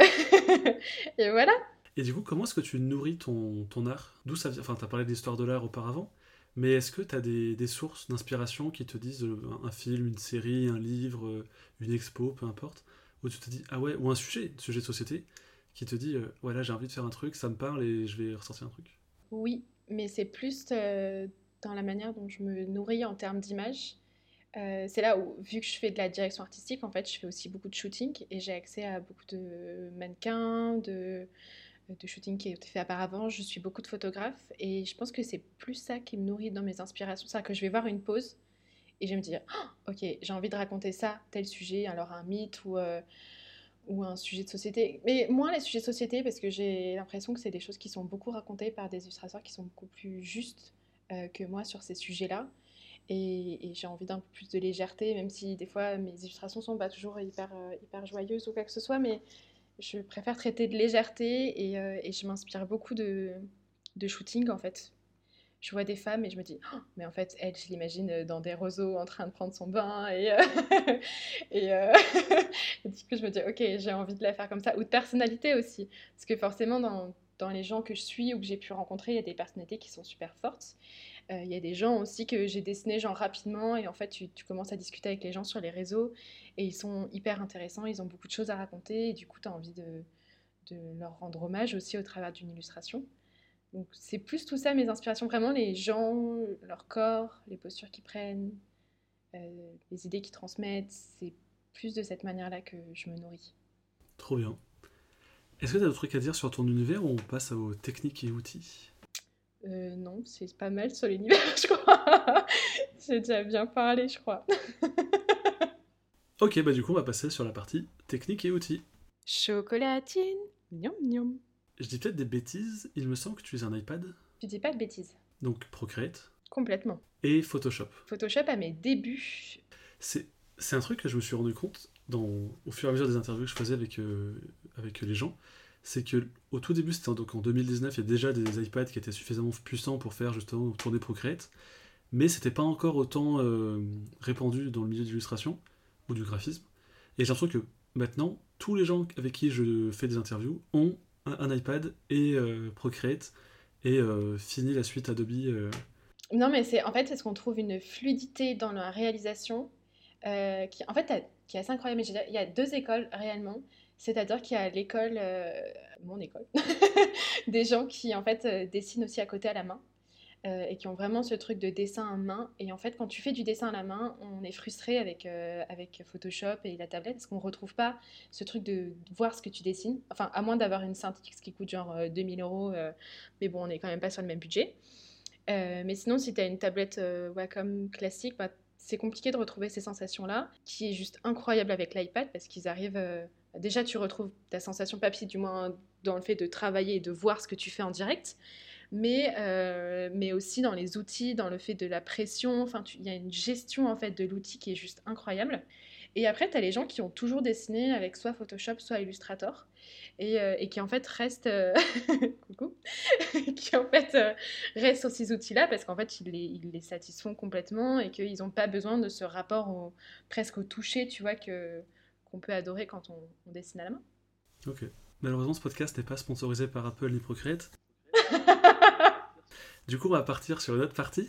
et voilà. Et du coup, comment est-ce que tu nourris ton art? D'où ça vient? Enfin, t'as parlé d'histoire de l'art auparavant, mais est-ce que t'as des sources d'inspiration qui te disent un film, une série, un livre, une expo, peu importe, où tu te dis, ah ouais, ou un sujet de société, qui te dit, ouais, là j'ai envie de faire un truc, ça me parle et je vais ressortir un truc. Oui, mais c'est plus dans la manière dont je me nourris en termes d'image. C'est là où, vu que je fais de la direction artistique, en fait, je fais aussi beaucoup de shooting et j'ai accès à beaucoup de mannequins, de shooting qui a été fait auparavant. Je suis beaucoup de photographes et je pense que c'est plus ça qui me nourrit dans mes inspirations. C'est-à-dire que je vais voir une pause et je vais me dire oh, ok, j'ai envie de raconter ça, tel sujet, alors un mythe ou un sujet de société. Mais moins les sujets de société parce que j'ai l'impression que c'est des choses qui sont beaucoup racontées par des illustrateurs qui sont beaucoup plus justes que moi sur ces sujets-là. Et j'ai envie d'un peu plus de légèreté, même si des fois mes illustrations sont pas toujours hyper joyeuses ou quoi que ce soit, mais je préfère traiter de légèreté et je m'inspire beaucoup de shooting en fait. Je vois des femmes et je me dis, oh, mais en fait, elle, je l'imagine dans des roseaux en train de prendre son bain et, et du coup, je me dis, ok, j'ai envie de la faire comme ça. Ou de personnalité aussi. Parce que forcément, dans les gens que je suis ou que j'ai pu rencontrer, il y a des personnalités qui sont super fortes. Il y a des gens aussi que j'ai dessinés genre rapidement et en fait, tu commences à discuter avec les gens sur les réseaux et ils sont hyper intéressants, ils ont beaucoup de choses à raconter et du coup, tu as envie de leur rendre hommage aussi au travers d'une illustration. Donc c'est plus tout ça mes inspirations, vraiment les gens, leur corps, les postures qu'ils prennent, les idées qu'ils transmettent, c'est plus de cette manière-là que je me nourris. Trop bien. Est-ce que tu as d'autres trucs à dire sur ton univers ou on passe aux techniques et outils? Non, c'est pas mal sur l'univers, je crois. J'ai déjà bien parlé, je crois. Ok, bah du coup on va passer sur la partie techniques et outils. Chocolatine, miam miam. Je dis peut-être des bêtises, il me semble que tu utilises un iPad, Tu dis pas de bêtises. donc Procreate, Complètement. et Photoshop. Photoshop à mes débuts. C'est, c'est un truc que je me suis rendu compte au fur et à mesure des interviews que je faisais avec les gens, c'est que au tout début, c'était donc en 2019, il y a déjà des iPads qui étaient suffisamment puissants pour faire justement tourner Procreate, mais c'était pas encore autant répandu dans le milieu de l'illustration ou du graphisme. Et j'ai l'impression que maintenant, tous les gens avec qui je fais des interviews ont un iPad et Procreate et fini la suite Adobe. Non, mais c'est en fait, c'est ce qu'on trouve une fluidité dans la réalisation qui, en fait, qui est assez incroyable. Mais il y a deux écoles réellement. C'est-à-dire qu'il y a l'école, mon école, des gens qui en fait dessinent aussi à côté à la main. Et qui ont vraiment ce truc de dessin à main. Et en fait, quand tu fais du dessin à la main, on est frustré avec Photoshop et la tablette parce qu'on ne retrouve pas ce truc de voir ce que tu dessines. Enfin, à moins d'avoir une Syntix qui coûte genre 2000 euros, mais bon, on n'est quand même pas sur le même budget. Mais sinon, si tu as une tablette Wacom classique, bah, c'est compliqué de retrouver ces sensations-là, qui est juste incroyable avec l'iPad parce qu'ils arrivent. Déjà, tu retrouves ta sensation papier, du moins dans le fait de travailler et de voir ce que tu fais en direct mais aussi dans les outils, dans le fait de la pression. Enfin, il y a une gestion en fait de l'outil qui est juste incroyable. Et après, tu as les gens qui ont toujours dessiné avec soit Photoshop, soit Illustrator, et qui en fait restent, coucou, qui en fait restent sur ces outils-là parce qu'en fait ils les satisfont complètement et qu'ils n'ont pas besoin de ce rapport presque au toucher, tu vois, qu'on peut adorer quand on dessine à la main. Ok. Malheureusement, ce podcast n'est pas sponsorisé par Apple ni Procreate. Du coup, on va partir sur une autre partie.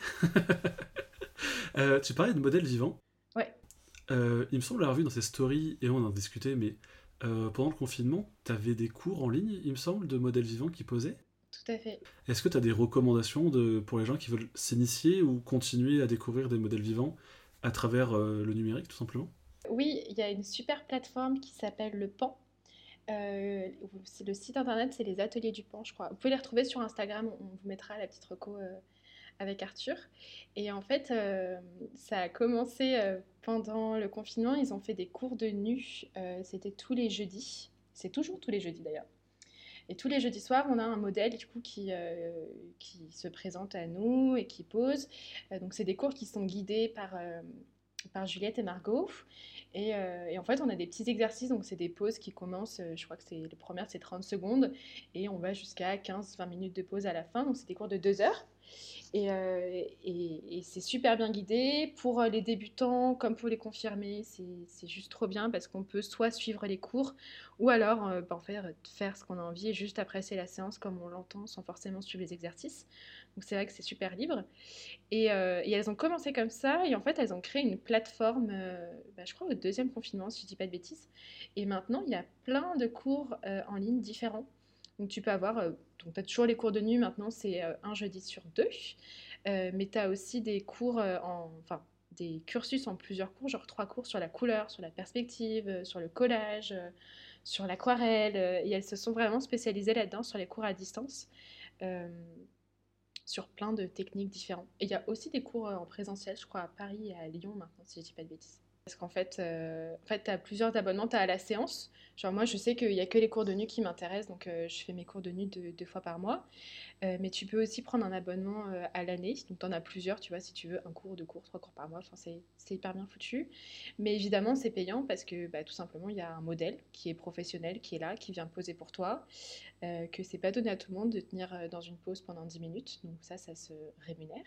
Tu parlais de modèles vivants. Ouais, Il me semble avoir vu dans ces stories, et on en discutait, mais pendant le confinement, tu avais des cours en ligne, il me semble, de modèles vivants qui posaient. tout à fait. Est-ce que tu as des recommandations pour les gens qui veulent s'initier ou continuer à découvrir des modèles vivants à travers le numérique, tout simplement? Oui, il y a une super plateforme qui s'appelle le Pan. Le site internet, c'est les Ateliers du Pan, je crois. Vous pouvez les retrouver sur Instagram, on vous mettra la petite reco avec Arthur. Et en fait, ça a commencé pendant le confinement. Ils ont fait des cours de nu. C'était tous les jeudis. C'est toujours tous les jeudis d'ailleurs. Et tous les jeudis soirs, on a un modèle du coup qui se présente à nous et qui pose. Donc c'est des cours qui sont guidés par Juliette et Margot. Et en fait, on a des petits exercices, donc c'est des pauses qui commencent, je crois que c'est les premières, c'est 30 secondes, et on va jusqu'à 15-20 minutes de pause à la fin, donc c'est des cours de 2 heures. Et c'est super bien guidé. Pour les débutants, comme pour les confirmés, c'est juste trop bien parce qu'on peut soit suivre les cours ou alors bah, faire ce qu'on a envie et juste apprécier la séance comme on l'entend sans forcément suivre les exercices. Donc c'est vrai que c'est super libre. Et elles ont commencé comme ça et en fait elles ont créé une plateforme, bah, je crois au deuxième confinement si je dis pas de bêtises. Et maintenant il y a plein de cours en ligne différents. Donc tu peux avoir, donc tu as toujours les cours de nu, maintenant c'est un jeudi sur deux, mais tu as aussi des cours enfin des cursus en plusieurs cours, genre 3 cours sur la couleur, sur la perspective, sur le collage, sur l'aquarelle, et elles se sont vraiment spécialisées là-dedans sur les cours à distance, euh, sur plein de techniques différentes. Et il y a aussi des cours en présentiel, je crois à Paris et à Lyon maintenant, si je dis pas de bêtises. Parce qu'en fait, tu as plusieurs abonnements, tu as à la séance. Genre moi, je sais qu'il n'y a que les cours de nu qui m'intéressent, donc je fais mes cours de nu 2 fois par mois. Mais tu peux aussi prendre un abonnement à l'année, donc tu en as plusieurs, tu vois, si tu veux un cours, 2 cours, 3 cours par mois, enfin, c'est hyper bien foutu. Mais évidemment, c'est payant parce que bah, tout simplement, il y a un modèle qui est professionnel, qui est là, qui vient poser pour toi, que c'est pas donné à tout le monde de tenir dans une pause pendant 10 minutes, donc ça se rémunère.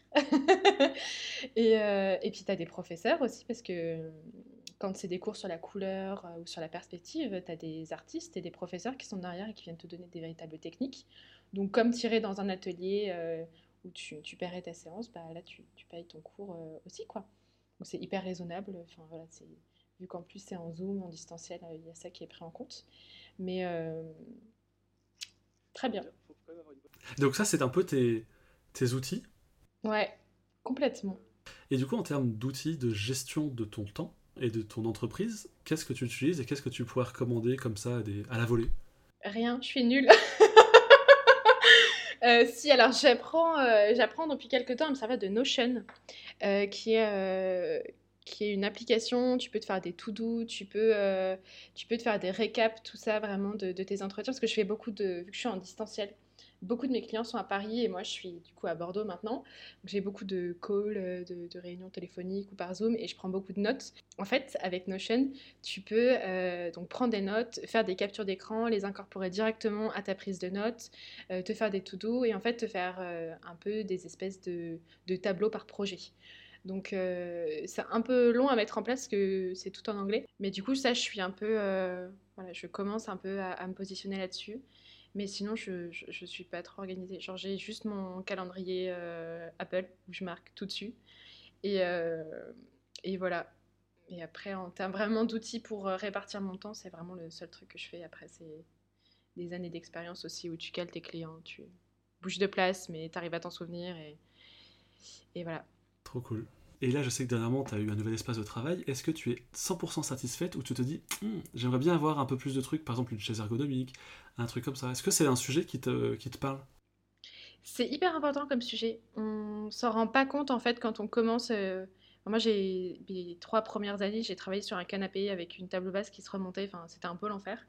Et puis tu as des professeurs aussi, parce que quand c'est des cours sur la couleur ou sur la perspective, tu as des artistes et des professeurs qui sont derrière et qui viennent te donner des véritables techniques. Donc comme tirer dans un atelier où tu paierais ta séance, bah, là tu payes ton cours aussi, quoi. Donc c'est hyper raisonnable, enfin, voilà, vu qu'en plus c'est en Zoom, en distanciel, il y a ça qui est pris en compte. Mais très bien. Donc ça, c'est un peu tes outils. Ouais, complètement. Et du coup, en termes d'outils de gestion de ton temps, et de ton entreprise, qu'est-ce que tu utilises et qu'est-ce que tu pourrais recommander comme ça à la volée? Rien, je suis nulle. Si, alors j'apprends depuis quelques temps à me servir de Notion, qui est une application. Tu peux te faire des to-do, tu peux te faire des récaps, tout ça vraiment de tes entretiens. Parce que je fais vu que je suis en distanciel, beaucoup de mes clients sont à Paris et moi je suis du coup à Bordeaux maintenant. Donc j'ai beaucoup de calls, de réunions téléphoniques ou par Zoom et je prends beaucoup de notes. En fait, avec Notion, tu peux donc prendre des notes, faire des captures d'écran, les incorporer directement à ta prise de notes, te faire des to-do et en fait te faire un peu des espèces de tableaux par projet. Donc c'est un peu long à mettre en place parce que c'est tout en anglais. Mais du coup, ça, je suis un peu... voilà, je commence un peu à me positionner là-dessus. Mais sinon, je suis pas trop organisée. Genre, j'ai juste mon calendrier Apple où je marque tout dessus. Et, euh, et voilà. Et après, en termes vraiment d'outils pour répartir mon temps, c'est vraiment le seul truc que je fais. Après, c'est des années d'expérience aussi où tu cales tes clients, tu bouges de place, mais tu arrives à t'en souvenir. Et voilà. Trop cool. Et là, je sais que dernièrement, tu as eu un nouvel espace de travail. Est-ce que tu es 100% satisfaite ou tu te dis, j'aimerais bien avoir un peu plus de trucs, par exemple une chaise ergonomique, un truc comme ça. Est-ce que c'est un sujet qui te parle? C'est hyper important comme sujet. On s'en rend pas compte en fait quand on commence. Moi, les 3 premières années, j'ai travaillé sur un canapé avec une table basse qui se remontait. Enfin, c'était un peu l'enfer.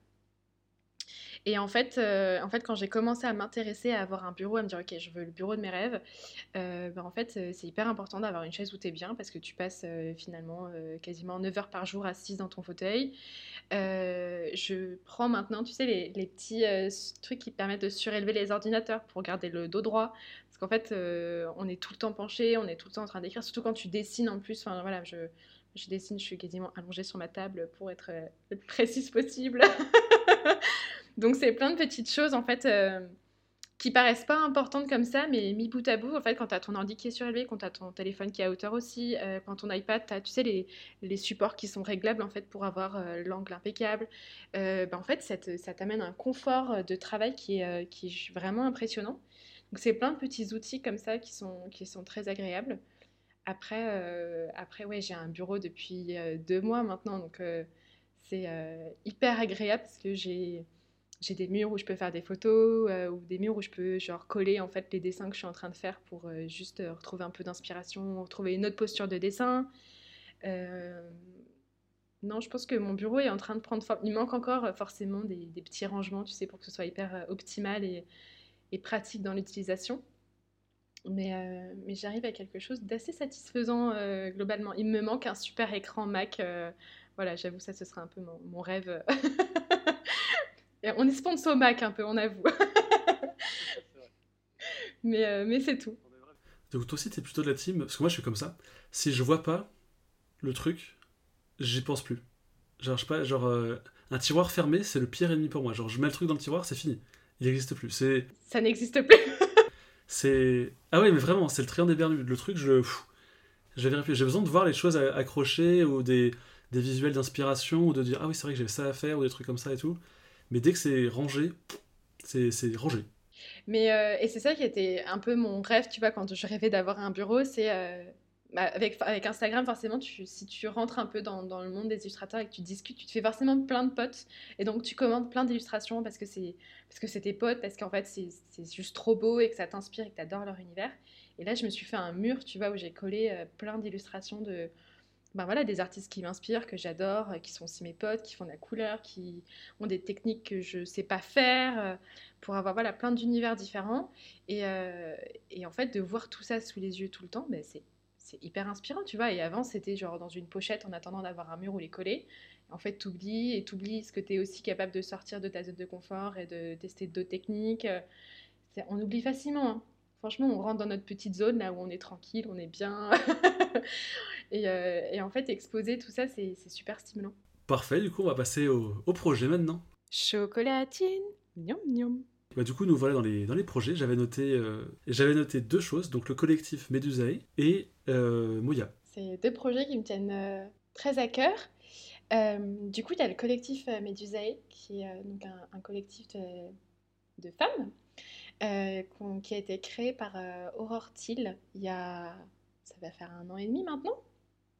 Et en fait, quand j'ai commencé à m'intéresser à avoir un bureau, à me dire, ok, je veux le bureau de mes rêves, en fait, c'est hyper important d'avoir une chaise où tu es bien parce que tu passes finalement quasiment 9 heures par jour assise dans ton fauteuil. Je prends maintenant, tu sais, les petits trucs qui permettent de surélever les ordinateurs pour garder le dos droit. Parce qu'en fait, on est tout le temps penché, on est tout le temps en train d'écrire, surtout quand tu dessines en plus. Enfin, voilà, je dessine, je suis quasiment allongée sur ma table pour être le plus précise possible. Donc, c'est plein de petites choses, en fait, qui paraissent pas importantes comme ça, mais mis bout à bout, en fait, quand tu as ton ordi qui est surélevé, quand tu as ton téléphone qui est à hauteur aussi, quand ton iPad, tu as, tu sais, les supports qui sont réglables, en fait, pour avoir l'angle impeccable, en fait, ça t'amène un confort de travail qui est vraiment impressionnant. Donc, c'est plein de petits outils comme ça qui sont très agréables. Après ouais, j'ai un bureau depuis 2 mois maintenant, donc c'est hyper agréable parce que j'ai des murs où je peux faire des photos ou des murs où je peux genre coller en fait les dessins que je suis en train de faire pour juste retrouver un peu d'inspiration, retrouver une autre posture de dessin. Euh, non, je pense que mon bureau est en train de prendre forme. Il manque encore forcément des petits rangements, tu sais, pour que ce soit hyper optimal et pratique dans l'utilisation. Mais j'arrive à quelque chose d'assez satisfaisant globalement. Il me manque un super écran Mac. Voilà, j'avoue, ça ce serait un peu mon rêve. Et on est sponsor Mac un peu, on avoue. Mais c'est tout. Donc toi aussi, t'es plutôt de la team, parce que moi, je suis comme ça. Si je vois pas le truc, j'y pense plus. Genre, je sais pas, genre, un tiroir fermé, c'est le pire ennemi pour moi. Genre, je mets le truc dans le tiroir, c'est fini. Il n'existe plus. Ça n'existe plus. Ah ouais, mais vraiment, c'est le triangle des Bermudes. Le truc, j'ai besoin de voir les choses accrochées ou des visuels d'inspiration ou de dire, ah oui, c'est vrai que j'avais ça à faire ou des trucs comme ça et tout. Mais dès que c'est rangé, c'est rangé. Et c'est ça qui était un peu mon rêve, tu vois, quand je rêvais d'avoir un bureau, c'est avec Instagram, forcément, si tu rentres un peu dans le monde des illustrateurs et que tu discutes, tu te fais forcément plein de potes. Et donc, tu commandes plein d'illustrations parce que c'est tes potes, parce qu'en fait, c'est juste trop beau et que ça t'inspire et que tu adores leur univers. Et là, je me suis fait un mur, tu vois, où j'ai collé plein d'illustrations ben voilà, des artistes qui m'inspirent, que j'adore, qui sont aussi mes potes, qui font de la couleur, qui ont des techniques que je ne sais pas faire, pour avoir voilà, plein d'univers différents. Et, euh, et en fait, de voir tout ça sous les yeux tout le temps, ben c'est hyper inspirant, tu vois. Et avant, c'était genre dans une pochette en attendant d'avoir un mur où les coller. En fait, t'oublies et t'oublies ce que tu es aussi capable de sortir de ta zone de confort et de tester d'autres techniques. On oublie facilement, hein. Franchement, on rentre dans notre petite zone là où on est tranquille, on est bien. Et en fait, exposer tout ça, c'est super stimulant. Parfait, du coup, on va passer au projet maintenant. Chocolatine, miam miam. Bah, du coup, nous voilà dans les projets. J'avais noté deux choses, donc le collectif Medusae et Moya. C'est 2 projets qui me tiennent très à cœur. Du coup, il y a le collectif Medusae, qui est donc un collectif de femmes qui a été créé par Aurore Thiel ça va faire 1 an et demi maintenant.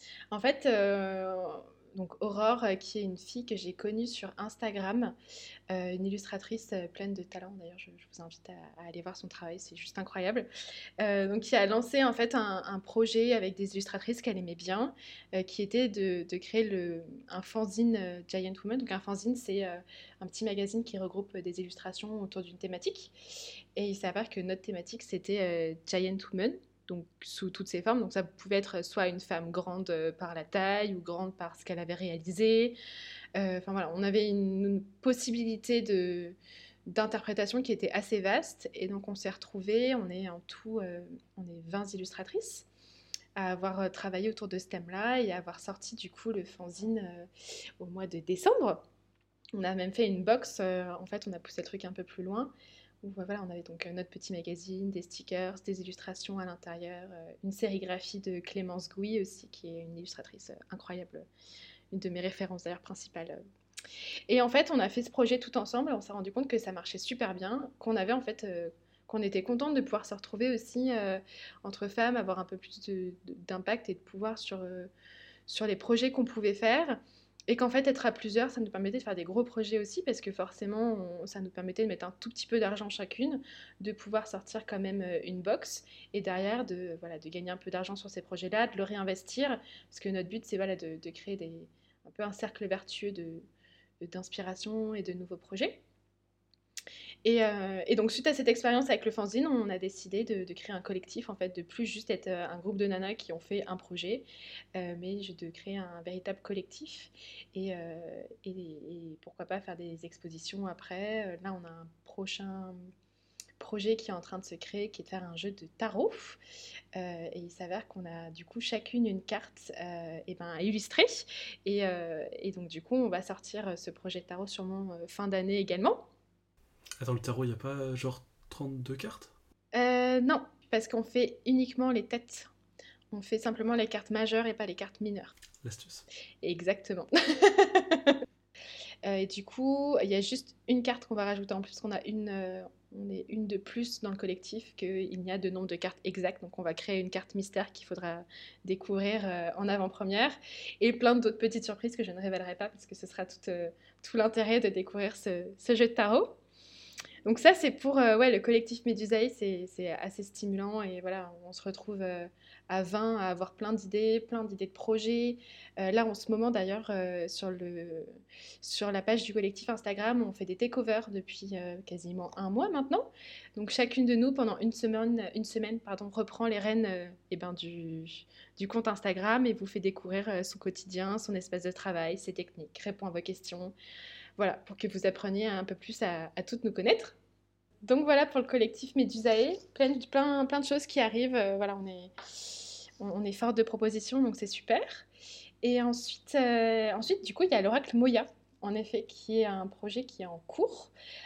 En fait, donc Aurore, qui est une fille que j'ai connue sur Instagram, une illustratrice pleine de talent. D'ailleurs, je vous invite à aller voir son travail, c'est juste incroyable. Donc, qui a lancé en fait un projet avec des illustratrices qu'elle aimait bien, qui était de créer un fanzine Giant Woman. Donc, un fanzine, c'est un petit magazine qui regroupe des illustrations autour d'une thématique. Et il s'avère que notre thématique, c'était Giant Woman, donc sous toutes ses formes. Donc ça pouvait être soit une femme grande par la taille ou grande par ce qu'elle avait réalisé. Enfin voilà, on avait une possibilité d'interprétation qui était assez vaste. Et donc on s'est retrouvés, on est en tout, on est 20 illustratrices à avoir travaillé autour de ce thème-là et à avoir sorti du coup le fanzine au mois de décembre. On a même fait une box, en fait on a poussé le truc un peu plus loin où voilà, on avait donc notre petit magazine, des stickers, des illustrations à l'intérieur, une sérigraphie de Clémence Gouy aussi, qui est une illustratrice incroyable, une de mes références d'ailleurs principales. Et en fait, on a fait ce projet tout ensemble et on s'est rendu compte que ça marchait super bien, qu'on avait en fait, qu'on était contente de pouvoir se retrouver aussi entre femmes, avoir un peu plus d'impact et de pouvoir sur les projets qu'on pouvait faire. Et qu'en fait, être à plusieurs, ça nous permettait de faire des gros projets aussi, parce que forcément, ça nous permettait de mettre un tout petit peu d'argent chacune, de pouvoir sortir quand même une box, et derrière, voilà, de gagner un peu d'argent sur ces projets-là, de le réinvestir, parce que notre but, c'est voilà, de créer un peu un cercle vertueux d'inspiration et de nouveaux projets. Et donc, suite à cette expérience avec le fanzine, on a décidé de créer un collectif, en fait, de plus juste être un groupe de nanas qui ont fait un projet, mais de créer un véritable collectif. Et pourquoi pas faire des expositions après. Là, on a un prochain projet qui est en train de se créer, qui est de faire un jeu de tarot. Et il s'avère qu'on a du coup chacune une carte à illustrer. Et donc, du coup, on va sortir ce projet de tarot sûrement fin d'année également. Attends, le tarot, il n'y a pas genre 32 cartes? Non, parce qu'on fait uniquement les têtes. On fait simplement les cartes majeures et pas les cartes mineures. L'astuce. Exactement. Et du coup, il y a juste une carte qu'on va rajouter en plus, qu'on a on est une de plus dans le collectif qu'il n'y a de nombre de cartes exactes. Donc on va créer une carte mystère qu'il faudra découvrir en avant-première. Et plein d'autres petites surprises que je ne révélerai pas parce que ce sera tout l'intérêt de découvrir ce jeu de tarot. Donc ça, c'est pour ouais, le collectif Médusae, c'est assez stimulant et voilà, on se retrouve à 20 à avoir plein d'idées de projets. Là, en ce moment d'ailleurs, sur la page du collectif Instagram, on fait des takeovers depuis quasiment un mois maintenant. Donc chacune de nous, pendant une semaine pardon, reprend les rênes du compte Instagram et vous fait découvrir son quotidien, son espace de travail, ses techniques, répond à vos questions. Voilà, pour que vous appreniez un peu plus à toutes nous connaître. Donc voilà pour le collectif Médusae, plein de choses qui arrivent. Voilà, on est fort de propositions, donc c'est super. Et ensuite, du coup, il y a l'Oracle Moya, en effet, qui est un projet qui est en cours,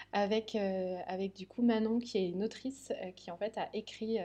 avec du coup Manon, qui est une autrice, qui en fait a écrit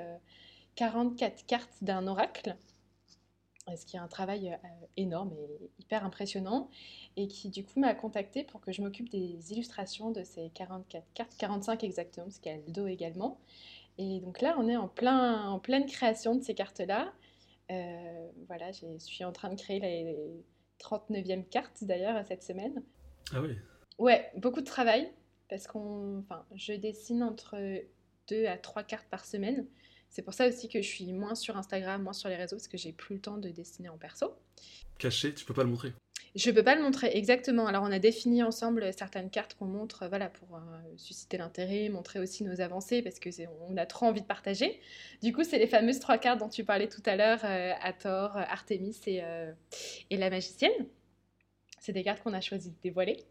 44 cartes d'un oracle, ce qui est un travail énorme et hyper impressionnant, et qui du coup m'a contactée pour que je m'occupe des illustrations de ces 44 cartes, 45 exactement, parce qu'il y a le dos également. Et donc là, on est en pleine création de ces cartes-là. Voilà, je suis en train de créer les 39e cartes d'ailleurs cette semaine. Ah oui. Ouais, beaucoup de travail, parce je dessine entre 2 à 3 cartes par semaine. C'est pour ça aussi que je suis moins sur Instagram, moins sur les réseaux, parce que j'ai plus le temps de dessiner en perso. Caché, tu peux pas le montrer. Je peux pas le montrer exactement. Alors on a défini ensemble certaines cartes qu'on montre, voilà, pour susciter l'intérêt, montrer aussi nos avancées, parce que on a trop envie de partager. Du coup, c'est les fameuses 3 cartes dont tu parlais tout à l'heure, Hathor, Artémis et la magicienne. C'est des cartes qu'on a choisi de dévoiler.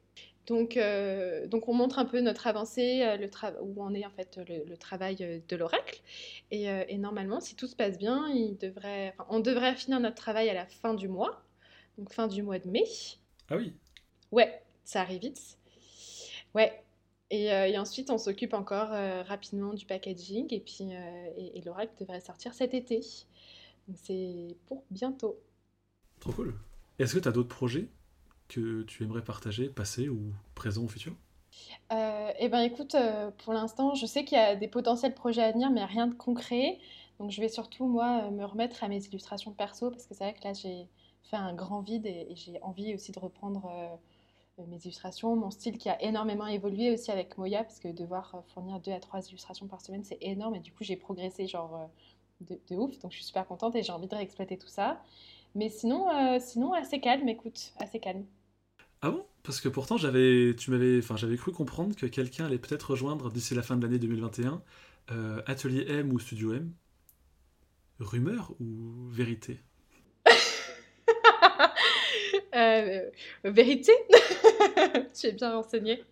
Donc on montre un peu notre avancée, où en est en fait le travail de l'oracle. Et normalement, si tout se passe bien, on devrait finir notre travail à la fin du mois, donc fin du mois de mai. Ah oui. Ouais, ça arrive vite. Ouais. Et ensuite, on s'occupe encore rapidement du packaging, et puis et l'oracle devrait sortir cet été. Donc c'est pour bientôt. Trop cool. Est-ce que tu as d'autres projets que tu aimerais partager, passé ou présent ou futur? Eh ben écoute, pour l'instant, je sais qu'il y a des potentiels projets à venir, mais rien de concret. Donc je vais surtout, moi, me remettre à mes illustrations perso, parce que c'est vrai que là, j'ai fait un grand vide et j'ai envie aussi de reprendre mes illustrations, mon style qui a énormément évolué aussi avec Moya, parce que devoir fournir 2 à 3 illustrations par semaine, c'est énorme. Et du coup, j'ai progressé genre de ouf. Donc, je suis super contente et j'ai envie de réexploiter tout ça. Mais sinon assez calme, écoute, assez calme. Ah bon? Parce que pourtant, j'avais cru comprendre que quelqu'un allait peut-être rejoindre d'ici la fin de l'année 2021 Atelier M ou Studio M. Rumeur ou vérité? Vérité? Tu es bien renseignée.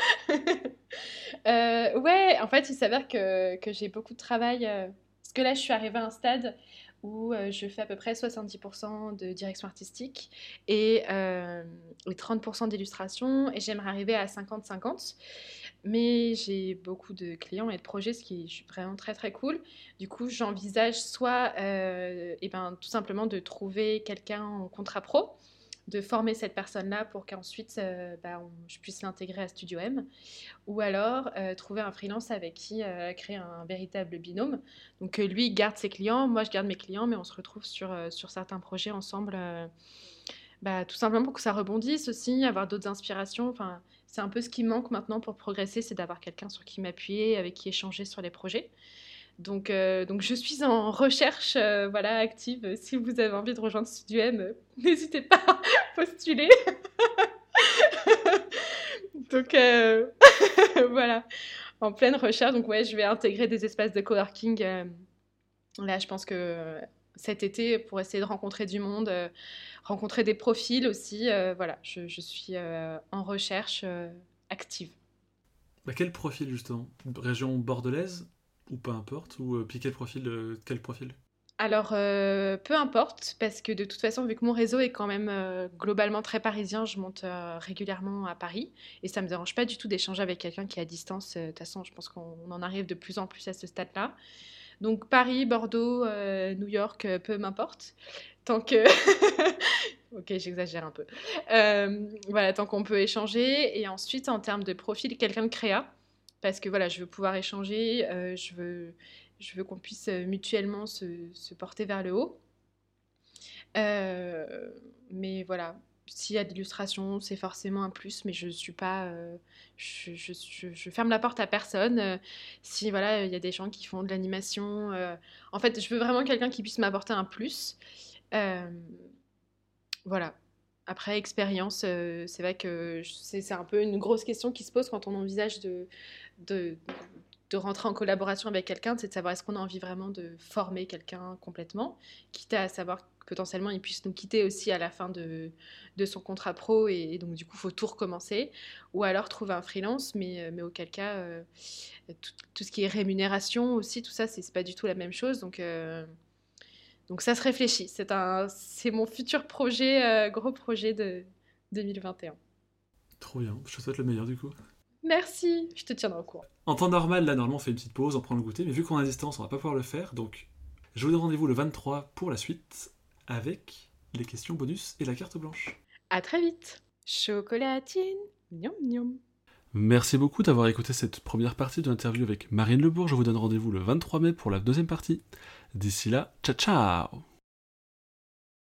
Ouais, en fait, il s'avère que j'ai beaucoup de travail. Parce que là, je suis arrivée à un stade où je fais à peu près 70% de direction artistique et 30% d'illustration. Et j'aimerais arriver à 50-50. Mais j'ai beaucoup de clients et de projets, ce qui est vraiment très très cool. Du coup, j'envisage soit eh ben, tout simplement de trouver quelqu'un en contrat pro, de former cette personne-là pour qu'ensuite je puisse l'intégrer à Studio M, ou alors trouver un freelance avec qui créer un véritable binôme. Donc lui il garde ses clients, moi je garde mes clients, mais on se retrouve sur certains projets ensemble, tout simplement pour que ça rebondisse aussi, avoir d'autres inspirations. Enfin, c'est un peu ce qui manque maintenant pour progresser, c'est d'avoir quelqu'un sur qui m'appuyer, avec qui échanger sur les projets. Donc je suis en recherche voilà, active. Si vous avez envie de rejoindre Studio M, n'hésitez pas à postuler. Donc voilà, en pleine recherche. Donc ouais, je vais intégrer des espaces de coworking. Là, je pense que cet été, pour essayer de rencontrer du monde, rencontrer des profils aussi. Voilà, je suis en recherche active. Bah, quel profil justement? Région bordelaise? Ou peu importe? Ou puis quel profil? Alors, peu importe, parce que de toute façon, vu que mon réseau est quand même globalement très parisien, je monte régulièrement à Paris. Et ça me dérange pas du tout d'échanger avec quelqu'un qui est à distance. De toute façon, je pense qu'on en arrive de plus en plus à ce stade-là. Donc, Paris, Bordeaux, New York, peu m'importe. Tant que. Ok, j'exagère un peu. Voilà, tant qu'on peut échanger. Et ensuite, en termes de profil, quelqu'un de créa. Parce que voilà, je veux pouvoir échanger, je veux qu'on puisse mutuellement se porter vers le haut. Euh, mais voilà, s'il y a de l'illustration, c'est forcément un plus, mais je suis pas, je ferme la porte à personne. Si voilà, il y a des gens qui font de l'animation, en fait, je veux vraiment quelqu'un qui puisse m'apporter un plus. Euh, voilà. Après, expérience, c'est vrai que c'est un peu une grosse question qui se pose quand on envisage de, de rentrer en collaboration avec quelqu'un, c'est de savoir est-ce qu'on a envie vraiment de former quelqu'un complètement, quitte à savoir que potentiellement il puisse nous quitter aussi à la fin de son contrat pro et donc du coup il faut tout recommencer, ou alors trouver un freelance, mais auquel cas tout ce qui est rémunération aussi, tout ça c'est pas du tout la même chose, donc ça se réfléchit. C'est mon futur projet, gros projet de 2021. Trop bien, je te souhaite le meilleur du coup. Merci, je te tiendrai au courant. En temps normal, là, normalement, on fait une petite pause, on prend le goûter, mais vu qu'on est à distance, on va pas pouvoir le faire, donc je vous donne rendez-vous le 23 pour la suite, avec les questions bonus et la carte blanche. À très vite. Chocolatine. Miam miam. Merci beaucoup d'avoir écouté cette première partie de l'interview avec Marine Lebourg. Je vous donne rendez-vous le 23 mai pour la deuxième partie. D'ici là, ciao ciao!